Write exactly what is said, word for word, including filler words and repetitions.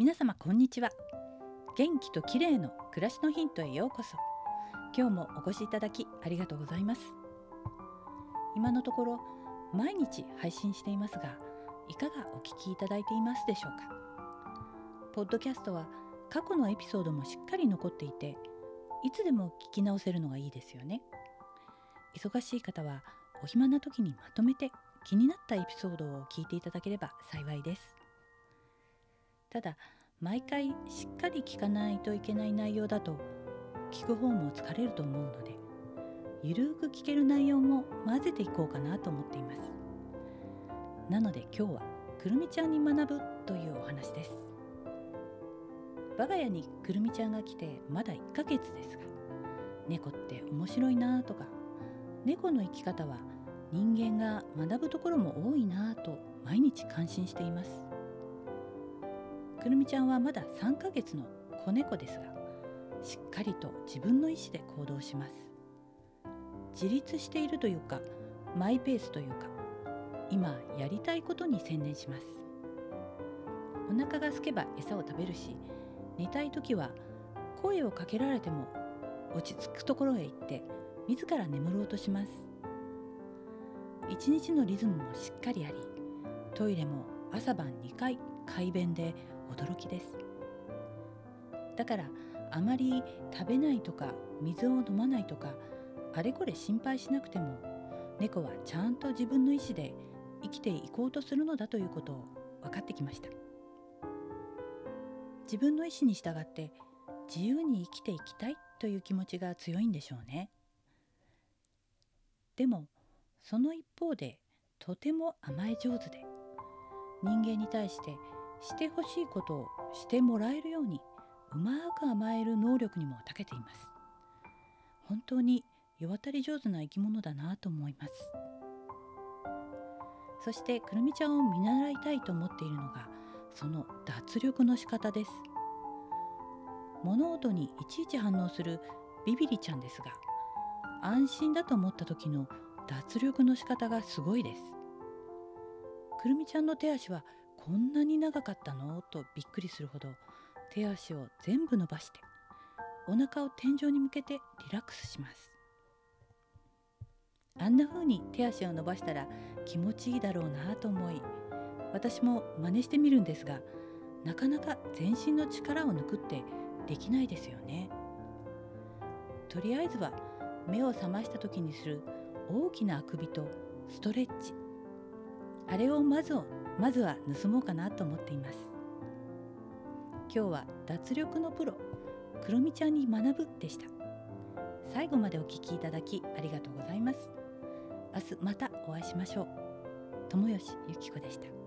皆様こんにちは。元気と綺麗の暮らしのヒントへようこそ。今日もお越しいただきありがとうございます。今のところ毎日配信していますが、いかがお聞きいただいていますでしょうか。ポッドキャストは過去のエピソードもしっかり残っていて、いつでも聞き直せるのがいいですよね。忙しい方はお暇な時にまとめて気になったエピソードを聞いていただければ幸いです。ただ毎回しっかり聞かないといけない内容だと聞く方も疲れると思うので、ゆるーく聞ける内容も混ぜていこうかなと思っています。なので今日はくるみちゃんに学ぶというお話です。我が家にくるみちゃんが来てまだいっかげつですが、猫って面白いなとか、猫の生き方は人間が学ぶところも多いなと毎日感心しています。くるみちゃんはまださんかげつの子猫ですが、しっかりと自分の意思で行動します。自立しているというか、マイペースというか、今やりたいことに専念します。お腹が空けば餌を食べるし、寝たい時は声をかけられても落ち着くところへ行って自ら眠ろうとします。一日のリズムもしっかりあり、トイレも朝晩にかい快便で驚きです。だからあまり食べないとか水を飲まないとかあれこれ心配しなくても、猫はちゃんと自分の意思で生きていこうとするのだということを分かってきました。自分の意思に従って自由に生きていきたいという気持ちが強いんでしょうね。でもその一方でとても甘え上手で、人間に対してしてほしいことをしてもらえるようにうまく甘える能力にも長けています。本当に世渡り上手な生き物だなと思います。そしてくるみちゃんを見習いたいと思っているのが、その脱力の仕方です。物音にいちいち反応するビビリちゃんですが、安心だと思った時の脱力の仕方がすごいです。くるみちゃんの手足はこんなに長かったのとびっくりするほど、手足を全部伸ばしてお腹を天井に向けてリラックスします。あんな風に手足を伸ばしたら気持ちいいだろうなと思い、私も真似してみるんですが、なかなか全身の力を抜くってできないですよね。とりあえずは目を覚ました時にする大きなあくびとストレッチ、あれをまずをまずは盗もうかなと思っています。今日は脱力のプロくるみちゃんに学ぶでした。最後までお聞きいただきありがとうございます。明日またお会いしましょう。友吉ゆき子でした。